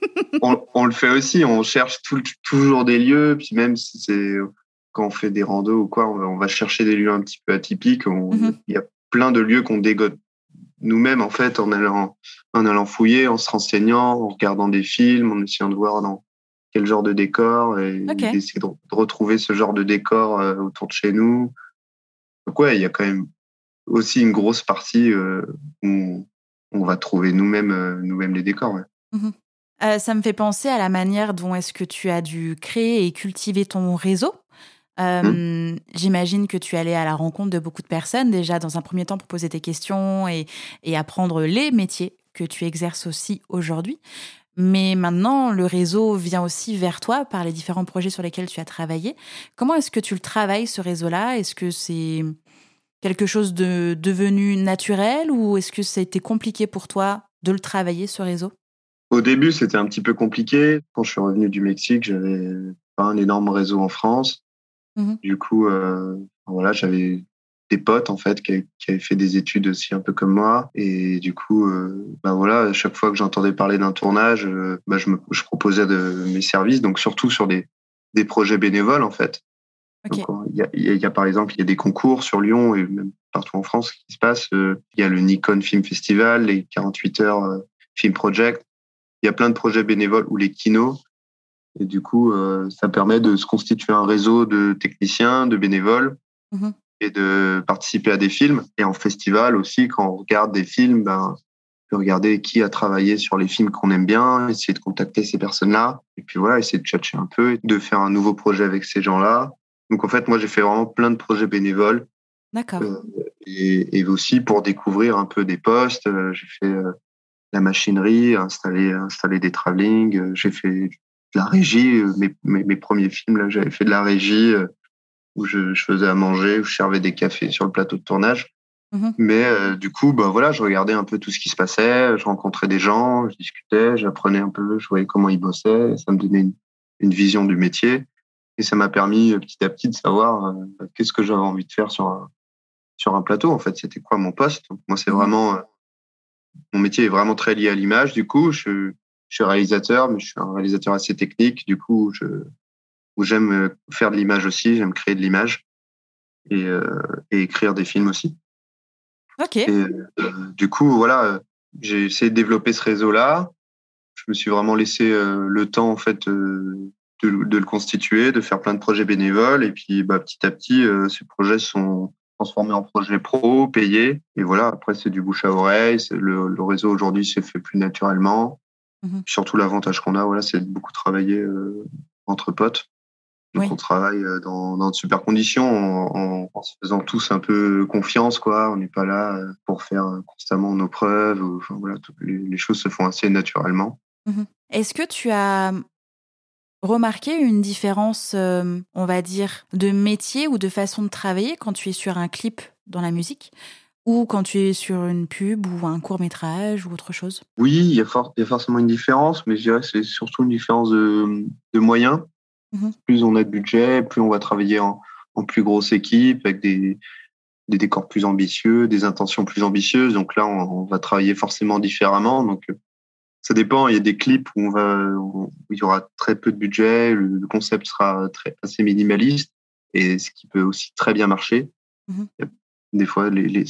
On le fait aussi, on cherche toujours des lieux, puis même si c'est quand on fait des randos ou quoi, on va chercher des lieux un petit peu atypiques. Il y a plein de lieux qu'on dégote nous-mêmes en fait en allant fouiller, en se renseignant, en regardant des films, en essayant de voir dans quel genre de décor et d'essayer de retrouver ce genre de décor autour de chez nous. Donc ouais, il y a quand même aussi une grosse partie où on va trouver nous-mêmes les décors. Ouais. Ça me fait penser à la manière dont est-ce que tu as dû créer et cultiver ton réseau. J'imagine que tu allais à la rencontre de beaucoup de personnes, déjà dans un premier temps pour poser tes questions et apprendre les métiers que tu exerces aussi aujourd'hui. Mais maintenant, le réseau vient aussi vers toi par les différents projets sur lesquels tu as travaillé. Comment est-ce que tu le travailles, ce réseau-là? Est-ce que c'est quelque chose de devenu naturel ou est-ce que ça a été compliqué pour toi de le travailler, ce réseau? Au début, c'était un petit peu compliqué. Quand je suis revenu du Mexique, j'avais pas un énorme réseau en France. Du coup, voilà, j'avais des potes en fait qui avaient fait des études aussi un peu comme moi. Et du coup, bah voilà, à chaque fois que j'entendais parler d'un tournage, bah je proposais mes services. Donc surtout sur des projets bénévoles en fait. Donc il y a par exemple, il y a des concours sur Lyon et même partout en France qui se passent. Il y a le Nikon Film Festival, les 48 heures Film Project. Il y a plein de projets bénévoles ou les kinos. Et du coup, ça permet de se constituer un réseau de techniciens, de bénévoles et de participer à des films. Et en festival aussi, quand on regarde des films, on peut regarder qui a travaillé sur les films qu'on aime bien, essayer de contacter ces personnes-là. Et puis voilà, essayer de tchatcher un peu, de faire un nouveau projet avec ces gens-là. Donc en fait, moi, j'ai fait vraiment plein de projets bénévoles. D'accord. Et aussi pour découvrir un peu des postes. J'ai fait la machinerie, installer des travelling. J'ai fait de la régie. Mes premiers films, là, j'avais fait de la régie où je faisais à manger, où je servais des cafés sur le plateau de tournage. Mais du coup, bah voilà, je regardais un peu tout ce qui se passait, je rencontrais des gens, je discutais, j'apprenais un peu, je voyais comment ils bossaient, ça me donnait une vision du métier et ça m'a permis petit à petit de savoir qu'est-ce que j'avais envie de faire sur un plateau. En fait, c'était quoi mon poste? Moi, c'est vraiment mon métier est vraiment très lié à l'image. Du coup, je suis réalisateur, mais je suis un réalisateur assez technique. Du coup, où j'aime faire de l'image aussi, j'aime créer de l'image et écrire des films aussi. Ok. Et du coup, voilà, j'ai essayé de développer ce réseau-là. Je me suis vraiment laissé le temps, en fait, de le constituer, de faire plein de projets bénévoles. Et puis, petit à petit, ces projets sont transformés en projets pro, payés. Et voilà, après, c'est du bouche à oreille. Le réseau, aujourd'hui, s'est fait plus naturellement. Mmh. Surtout l'avantage qu'on a, voilà, c'est de beaucoup travailler entre potes. Donc, Oui. on travaille dans de super conditions, en se faisant tous un peu confiance, quoi. On n'est pas là pour faire constamment nos preuves. Enfin, voilà, les choses se font assez naturellement. Mmh. Est-ce que tu as remarqué une différence, on va dire, de métier ou de façon de travailler quand tu es sur un clip dans la musique ou quand tu es sur une pub ou un court-métrage ou autre chose? Oui, il y a forcément une différence, mais je dirais que c'est surtout une différence de moyens. Mmh. Plus on a de budget, plus on va travailler en plus grosse équipe, avec des décors plus ambitieux, des intentions plus ambitieuses. Donc là, on va travailler forcément différemment. Donc, ça dépend. Il y a des clips où il y aura très peu de budget, le concept sera assez minimaliste, et ce qui peut aussi très bien marcher. Mmh. Des fois,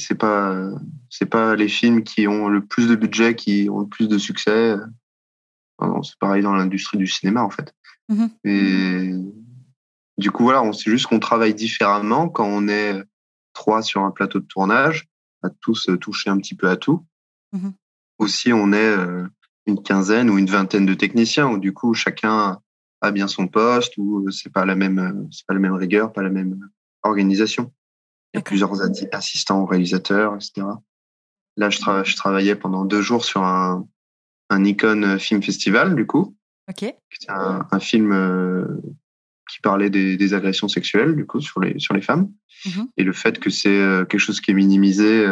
c'est pas les films qui ont le plus de budget qui ont le plus de succès. Non, c'est pareil dans l'industrie du cinéma, en fait. Mmh. Et du coup, voilà, on sait juste qu'on travaille différemment quand on est 3 sur un plateau de tournage, à tous toucher un petit peu à tout. Mmh. Aussi, on est une quinzaine ou une vingtaine de techniciens, où du coup, chacun a bien son poste, ou c'est pas la même rigueur, pas la même organisation. Il y a D'accord. plusieurs assistants au réalisateur, etc. Là, je travaillais pendant 2 jours sur un Nikon Film Festival, du coup. OK. C'est un film qui parlait des agressions sexuelles, du coup, sur les femmes. Mmh. Et le fait que c'est quelque chose qui est minimisé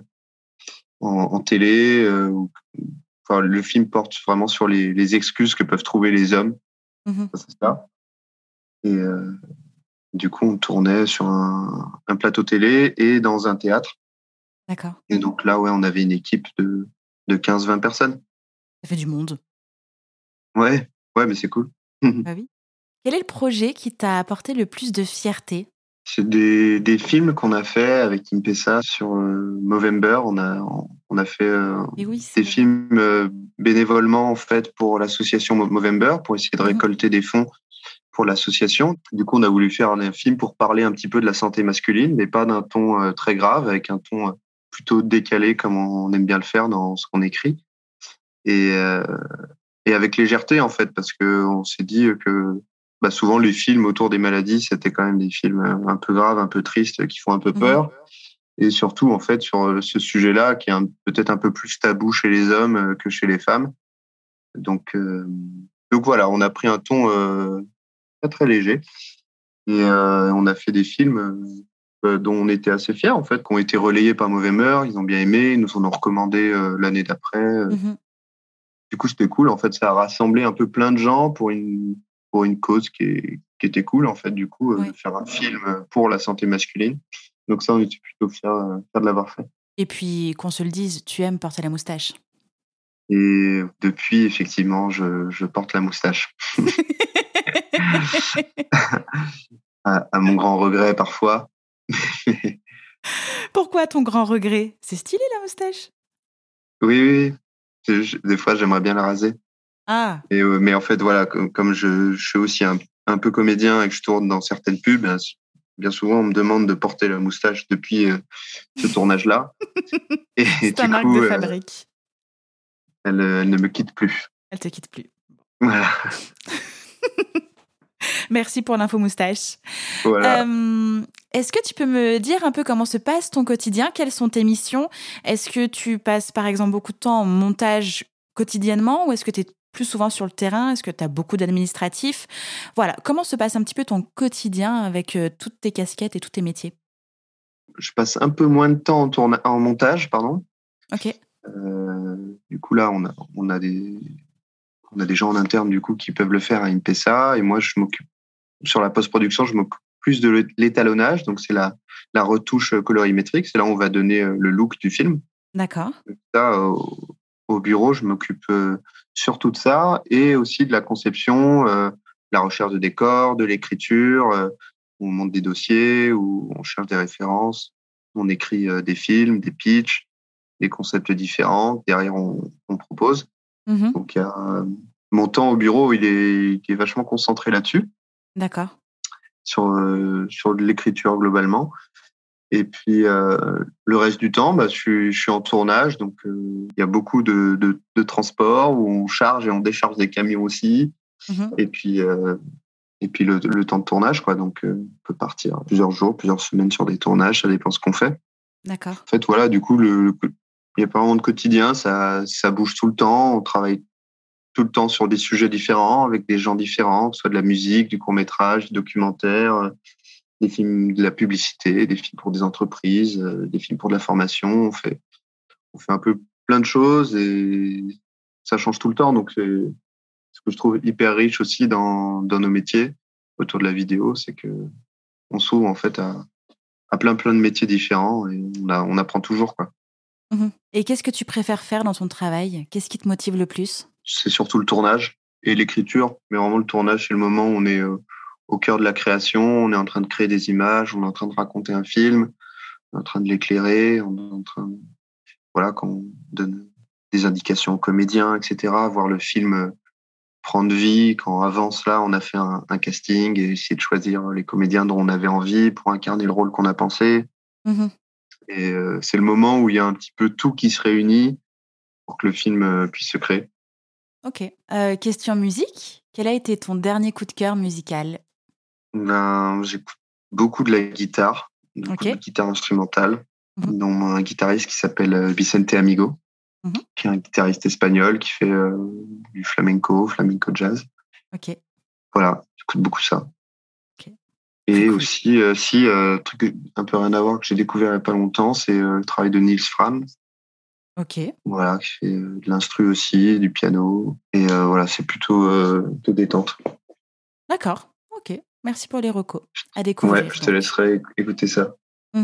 en télé. Enfin, le film porte vraiment sur les excuses que peuvent trouver les hommes. Mmh. Ça, c'est ça. Et du coup, on tournait sur un plateau télé et dans un théâtre. D'accord. Et donc là, ouais, on avait une équipe de 15-20 personnes. Ça fait du monde. Ouais, ouais, mais c'est cool. Bah oui. Quel est le projet qui t'a apporté le plus de fierté? C'est des films qu'on a fait avec Impesa sur Movember. On a fait Et oui, c'est des vrai. films bénévolement, en fait, pour l'association Movember, pour essayer de Mmh. récolter des fonds pour l'association. Du coup, on a voulu faire un film pour parler un petit peu de la santé masculine, mais pas d'un ton très grave, avec un ton plutôt décalé, comme on aime bien le faire dans ce qu'on écrit. Et, euh, et avec légèreté, en fait, parce que on s'est dit que bah, souvent les films autour des maladies, c'était quand même des films un peu graves, un peu tristes, qui font un peu Mmh. peur. Et surtout, en fait, sur ce sujet-là, qui est peut-être un peu plus tabou chez les hommes que chez les femmes. Donc, euh, donc voilà, on a pris un ton très très léger, et on a fait des films dont on était assez fiers, en fait, qui ont été relayés par Movember. Ils ont bien aimé, ils nous en ont recommandé l'année d'après. Mmh. Du coup, c'était cool. En fait, ça a rassemblé un peu plein de gens pour une cause qui était cool, en fait, du coup, de Ouais. faire un film pour la santé masculine. Donc ça, on était plutôt fiers de l'avoir fait. Et puis, qu'on se le dise, tu aimes porter la moustache. Et depuis, effectivement, je porte la moustache. À mon grand regret, parfois. Pourquoi ton grand regret? C'est stylé la moustache. Oui, oui, oui. Des fois, j'aimerais bien la raser. Ah! Et, mais en fait, voilà, comme je suis aussi un peu comédien et que je tourne dans certaines pubs, bien souvent, on me demande de porter la moustache depuis ce tournage-là. Et C'est ta du marque de coup, fabrique. elle ne me quitte plus. Elle te quitte plus. Voilà. Merci pour l'info moustache. Voilà. Est-ce que tu peux me dire un peu comment se passe ton quotidien? Quelles sont tes missions? Est-ce que tu passes, par exemple, beaucoup de temps en montage quotidiennement ou est-ce que tu es plus souvent sur le terrain? Est-ce que tu as beaucoup d'administratifs? Voilà, comment se passe un petit peu ton quotidien avec toutes tes casquettes et tous tes métiers? Je passe un peu moins de temps en montage, pardon. OK. Du coup, là, on a des gens en interne, du coup, qui peuvent le faire à Impesa. Et moi, je m'occupe, sur la post-production, je m'occupe plus de l'étalonnage. Donc, c'est la retouche colorimétrique. C'est là où on va donner le look du film. D'accord. Donc, ça, au bureau, je m'occupe surtout de ça, et aussi de la conception, la recherche de décors, de l'écriture. On monte des dossiers, où on cherche des références, on écrit des films, des pitchs, des concepts différents. Derrière, on propose. Mmh. Donc, mon temps au bureau, il est vachement concentré là-dessus, D'accord. sur de l'écriture globalement. Et puis le reste du temps, je suis en tournage, donc il y a beaucoup de transports où on charge et on décharge des camions aussi. Et puis le temps de tournage, quoi. Donc on peut partir plusieurs jours, plusieurs semaines sur des tournages, ça dépend ce qu'on fait. D'accord. En fait, voilà, du coup, il n'y a pas vraiment de quotidien, ça bouge tout le temps, on travaille tout le temps sur des sujets différents, avec des gens différents, que ce soit de la musique, du court-métrage, du documentaire, des films de la publicité, des films pour des entreprises, des films pour de la formation. On fait un peu plein de choses et ça change tout le temps. Donc, c'est ce que je trouve hyper riche aussi dans nos métiers autour de la vidéo, c'est que on s'ouvre en fait à plein de métiers différents et on apprend toujours, quoi. Et qu'est-ce que tu préfères faire dans ton travail ? Qu'est-ce qui te motive le plus ? C'est surtout le tournage et l'écriture, mais vraiment le tournage, c'est le moment où on est au cœur de la création, on est en train de créer des images, on est en train de raconter un film, on est en train de l'éclairer, on est en train, voilà, quand on donne des indications aux comédiens, etc., voir le film prendre vie, quand avant cela, on a fait un casting et essayer de choisir les comédiens dont on avait envie pour incarner le rôle qu'on a pensé. Et c'est le moment où il y a un petit peu tout qui se réunit pour que le film puisse se créer. Ok. Question musique. Quel a été ton dernier coup de cœur musical ? J'écoute beaucoup de la guitare, beaucoup de guitare instrumentale, dont un guitariste qui s'appelle Vicente Amigo, qui est un guitariste espagnol qui fait du flamenco jazz. Ok. Voilà, j'écoute beaucoup ça. Okay. Et cool. Aussi, truc un peu rien à voir que j'ai découvert il n'y a pas longtemps, c'est le travail de Nils Fram. Ok. Voilà, qui fait de l'instru aussi, du piano. Et voilà, c'est plutôt de détente. D'accord, ok. Merci pour les recos. À découvrir. Ouais, je te laisserai écouter ça.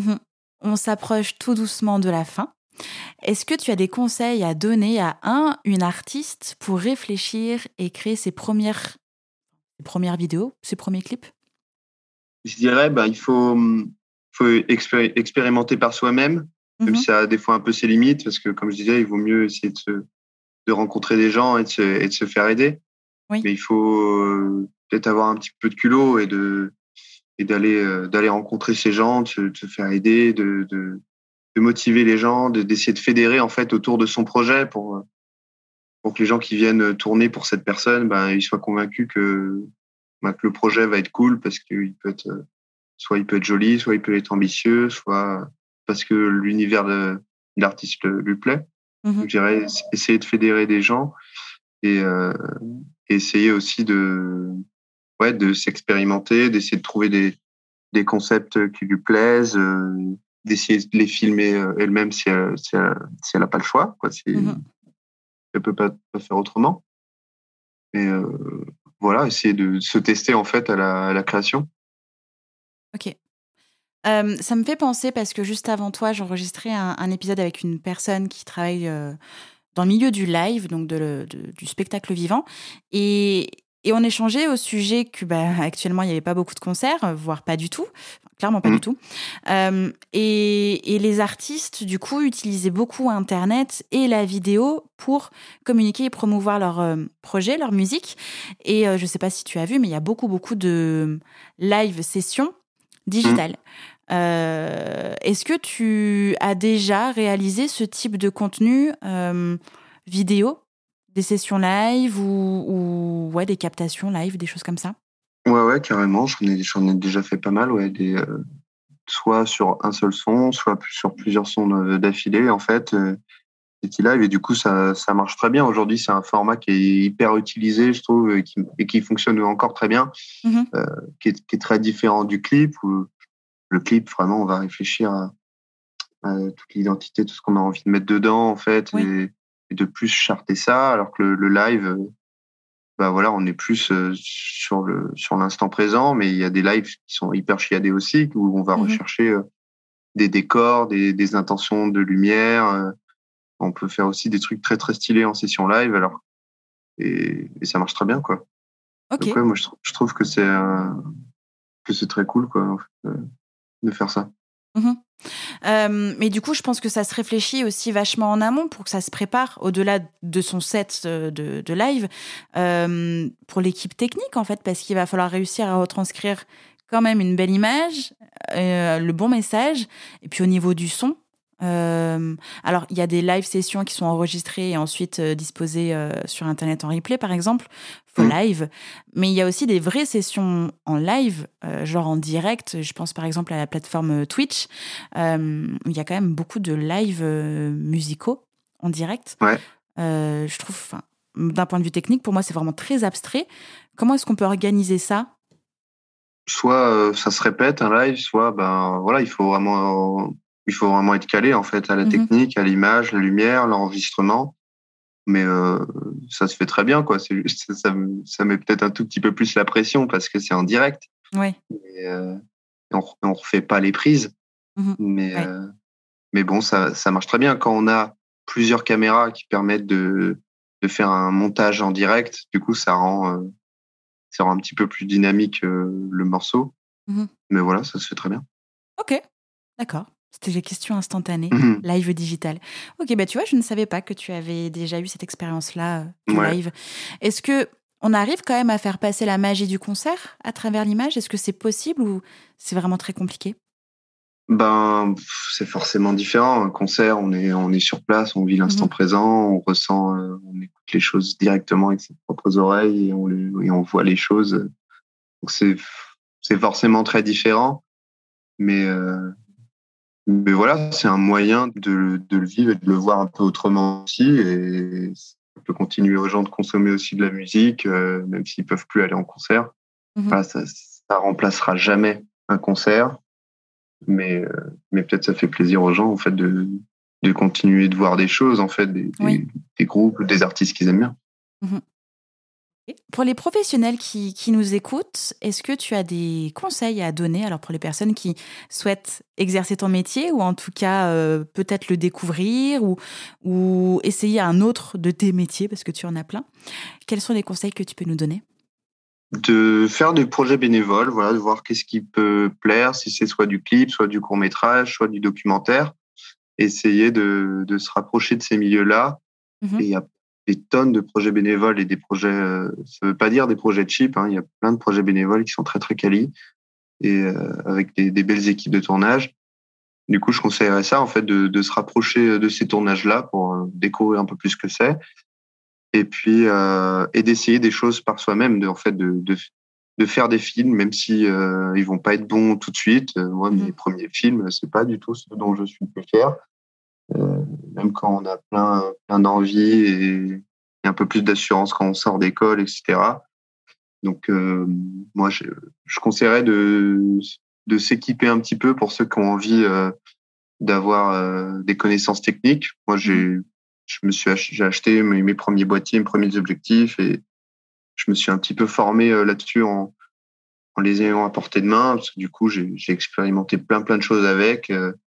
On s'approche tout doucement de la fin. Est-ce que tu as des conseils à donner à une artiste pour réfléchir et créer ses premières vidéos, ses premiers clips ? Je dirais, il faut expérimenter par soi-même, même si ça a des fois un peu ses limites, parce que, comme je disais, il vaut mieux essayer de rencontrer des gens et de se faire aider. Oui. Mais il faut peut-être avoir un petit peu de culot et d'aller rencontrer ces gens, de se faire aider, de motiver les gens, d'essayer de fédérer en fait autour de son projet pour que les gens qui viennent tourner pour cette personne, ils soient convaincus que le projet va être cool parce qu'il peut être soit il peut être joli, soit il peut être ambitieux, soit parce que l'univers de l'artiste lui plaît. Donc, je dirais essayer de fédérer des gens et essayer aussi de s'expérimenter, d'essayer de trouver des concepts qui lui plaisent, d'essayer de les filmer elle-même si elle a pas le choix, quoi. Si elle peut pas faire autrement. Et voilà, essayer de se tester en fait à la création. Ok. Ça me fait penser parce que juste avant toi, j'enregistrais un épisode avec une personne qui travaille dans le milieu du live, donc du spectacle vivant, et on échangeait au sujet que actuellement il n'y avait pas beaucoup de concerts, voire pas du tout, clairement pas du tout, et les artistes du coup utilisaient beaucoup Internet et la vidéo pour communiquer et promouvoir leur projet, leur musique. Et je sais pas si tu as vu, mais il y a beaucoup de live sessions digitales. Est-ce que tu as déjà réalisé ce type de contenu vidéo, des sessions live ou des captations live, des choses comme ça ? Ouais, carrément. J'en ai déjà fait pas mal, soit sur un seul son, soit sur plusieurs sons d'affilée, en fait. C'était live et du coup, ça marche très bien. Aujourd'hui, c'est un format qui est hyper utilisé, je trouve, et qui fonctionne encore très bien, qui est très différent du clip où le clip, vraiment, on va réfléchir à toute l'identité, tout ce qu'on a envie de mettre dedans, en fait, et de plus charter ça, alors que le live, on est plus sur l'instant présent, mais il y a des lives qui sont hyper chiadés aussi, où on va rechercher des décors, des intentions de lumière. On peut faire aussi des trucs très, très stylés en session live, et ça marche très bien, quoi. Okay. Donc, moi, je trouve que c'est très cool, quoi, en fait, de faire ça. Mais du coup, je pense que ça se réfléchit aussi vachement en amont pour que ça se prépare au-delà de son set de live pour l'équipe technique, en fait, parce qu'il va falloir réussir à retranscrire quand même une belle image, le bon message, et puis au niveau du son. Alors, il y a des live sessions qui sont enregistrées et ensuite disposées sur Internet en replay, par exemple, Faux Mm. Live. Mais il y a aussi des vraies sessions en live, genre en direct. Je pense par exemple à la plateforme Twitch. Il y a quand même beaucoup de live musicaux en direct. Ouais. Je trouve, d'un point de vue technique, pour moi, c'est vraiment très abstrait. Comment est-ce qu'on peut organiser ça? Soit ça se répète un live, soit ben voilà, il faut vraiment être calé en fait à la Mhm. technique, à l'image, la lumière, l'enregistrement. Mais ça se fait très bien quoi. C'est juste ça met peut-être un tout petit peu plus la pression parce que c'est en direct. Ouais. Et on refait pas les prises. Mhm. Mais Ouais. mais bon, ça marche très bien quand on a plusieurs caméras qui permettent de faire un montage en direct. Du coup, ça rend un petit peu plus dynamique le morceau. Mhm. Mais voilà, ça se fait très bien. Ok, d'accord. C'était les questions instantanées, Mhm. live digital. Ok, bah tu vois, je ne savais pas que tu avais déjà eu cette expérience-là du Ouais. live. Est-ce que on arrive quand même à faire passer la magie du concert à travers l'image? Est-ce que c'est possible ou c'est vraiment très compliqué? Ben, c'est forcément différent. Un concert, on est sur place, on vit l'instant Mhm. présent, on ressent, on écoute les choses directement avec ses propres oreilles et on voit les choses. Donc c'est forcément très différent. Mais, euh, mais voilà, c'est un moyen de le vivre et de le voir un peu autrement aussi. Et ça peut continuer aux gens de consommer aussi de la musique, même s'ils peuvent plus aller en concert. Mhm. Voilà, ça remplacera jamais un concert. Mais peut-être ça fait plaisir aux gens en fait de continuer de voir des choses en fait Oui. des groupes, des artistes qu'ils aiment bien. Mhm. Pour les professionnels qui nous écoutent, est-ce que tu as des conseils à donner alors pour les personnes qui souhaitent exercer ton métier ou en tout cas peut-être le découvrir ou essayer un autre de tes métiers parce que tu en as plein? Quels sont les conseils que tu peux nous donner? De faire des projets bénévoles, voilà, de voir qu'est-ce qui peut plaire, si c'est soit du clip, soit du court-métrage, soit du documentaire, essayer de se rapprocher de ces milieux-là. Et Mhm. il y a des tonnes de projets bénévoles et des projets, ça veut pas dire des projets cheap, hein, il y a plein de projets bénévoles qui sont très très quali et avec des belles équipes de tournage. Du coup, je conseillerais ça, en fait, de se rapprocher de ces tournages-là pour découvrir un peu plus ce que c'est. Et puis, et d'essayer des choses par soi-même, en fait, de faire des films, même si ils vont pas être bons tout de suite. Moi, Mhm. mes premiers films, c'est pas du tout ce dont je suis le plus fier. Euh, Même quand on a plein d'envie et un peu plus d'assurance quand on sort d'école, etc. Donc, moi, je conseillerais de s'équiper un petit peu pour ceux qui ont envie d'avoir des connaissances techniques. Moi, Mhm. j'ai acheté mes premiers boîtiers, mes premiers objectifs et je me suis un petit peu formé là-dessus en les ayant à portée de main. Parce que du coup, j'ai expérimenté plein de choses avec.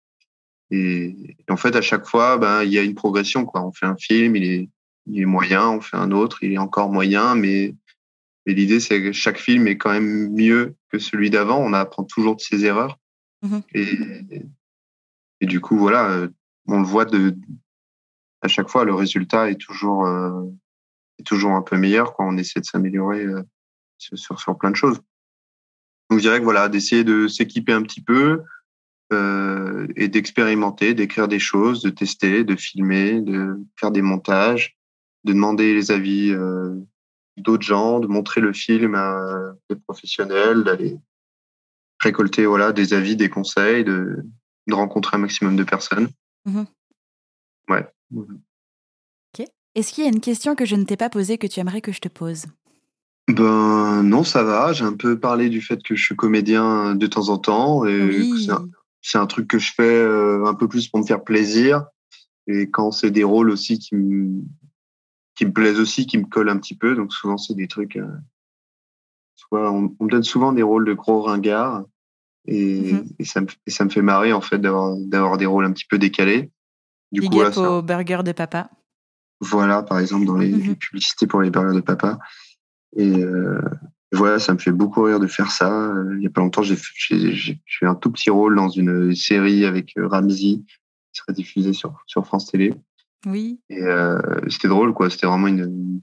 Et en fait, à chaque fois, ben, il y a une progression, quoi. On fait un film, il est moyen, on fait un autre, il est encore moyen, mais l'idée, c'est que chaque film est quand même mieux que celui d'avant. On apprend toujours de ses erreurs. Mhm. Et, et du coup, voilà, on le voit à chaque fois, le résultat est toujours un peu meilleur quand on essaie de s'améliorer sur plein de choses. Donc, je dirais que voilà, d'essayer de s'équiper un petit peu et d'expérimenter, d'écrire des choses, de tester, de filmer, de faire des montages, de demander les avis d'autres gens, de montrer le film à des professionnels, d'aller récolter voilà des avis, des conseils, de rencontrer un maximum de personnes. Mhm. Ouais. Ok. Est-ce qu'il y a une question que je ne t'ai pas posée que tu aimerais que je te pose? Ben non, ça va. J'ai un peu parlé du fait que je suis comédien de temps en temps et que Oui. c'est un truc que je fais un peu plus pour me faire plaisir. Et quand c'est des rôles aussi qui me plaisent aussi, qui me collent un petit peu. Donc souvent c'est des trucs. Soit on me donne souvent des rôles de gros ringards Mhm. et ça me fait marrer en fait d'avoir des rôles un petit peu décalés. Du Big coup là, up au burger de papa. voilà par exemple dans les Mhm. publicités pour les burgers de papa. Et voilà, ça me fait beaucoup rire de faire ça. Il y a pas longtemps, j'ai fait un tout petit rôle dans une série avec Ramzy qui sera diffusée sur France Télé. Oui. Et c'était drôle, quoi. C'était vraiment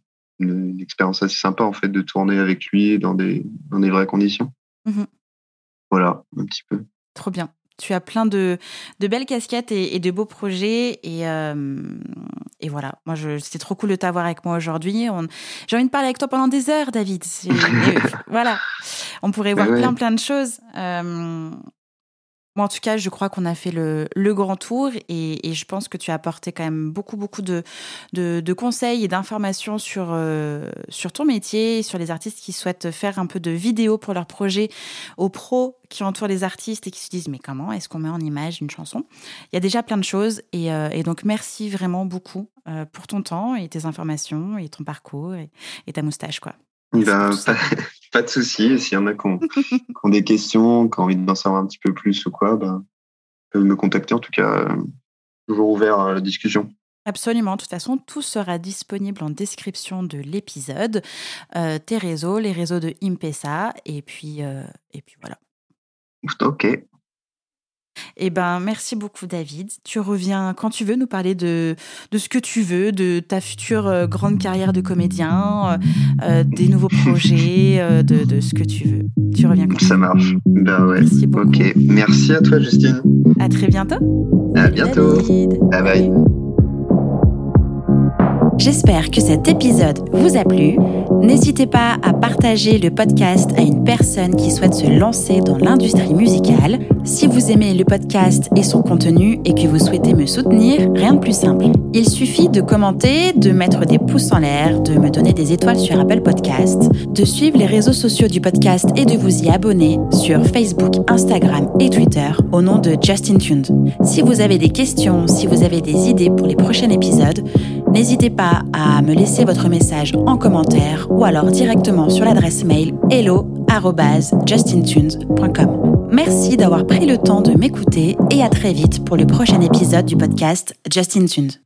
une expérience assez sympa, en fait, de tourner avec lui dans des vraies conditions. Mhm. Voilà, un petit peu. Trop bien. Tu as plein de belles casquettes et de beaux projets. Et voilà, moi, c'était trop cool de t'avoir avec moi aujourd'hui. J'ai envie de parler avec toi pendant des heures, David. Voilà, on pourrait voir plein de choses. Moi, en tout cas, je crois qu'on a fait le grand tour et je pense que tu as apporté quand même beaucoup de conseils et d'informations sur ton métier, sur les artistes qui souhaitent faire un peu de vidéo pour leurs projets, aux pros qui entourent les artistes et qui se disent mais comment est-ce qu'on met en image une chanson ? Il y a déjà plein de choses et donc merci vraiment beaucoup pour ton temps et tes informations et ton parcours et ta moustache, quoi. Pas de souci. S'il y en a qui ont des questions, qui ont envie d'en savoir un petit peu plus ou quoi, peuvent me contacter. En tout cas, toujours ouvert à la discussion. Absolument. De toute façon, tout sera disponible en description de l'épisode. Tes réseaux, les réseaux de M-Pesa, et puis voilà. Ok. Eh ben, merci beaucoup, David. Tu reviens quand tu veux nous parler de ce que tu veux, de ta future grande carrière de comédien, des nouveaux projets, de ce que tu veux. Tu reviens quand ça marche. Ouais. Merci beaucoup. Ok. Merci à toi, Justine. À très bientôt. À bientôt. Bye bye. J'espère que cet épisode vous a plu. N'hésitez pas à partager le podcast à une personne qui souhaite se lancer dans l'industrie musicale. Si vous aimez le podcast et son contenu et que vous souhaitez me soutenir, rien de plus simple. Il suffit de commenter, de mettre des pouces en l'air, de me donner des étoiles sur Apple Podcast, de suivre les réseaux sociaux du podcast et de vous y abonner sur Facebook, Instagram et Twitter au nom de Justin Tuned. Si vous avez des questions, si vous avez des idées pour les prochains épisodes, n'hésitez pas à me laisser votre message en commentaire ou alors directement sur l'adresse mail hello@justintunes.com. Merci d'avoir pris le temps de m'écouter et à très vite pour le prochain épisode du podcast Justin Tuned.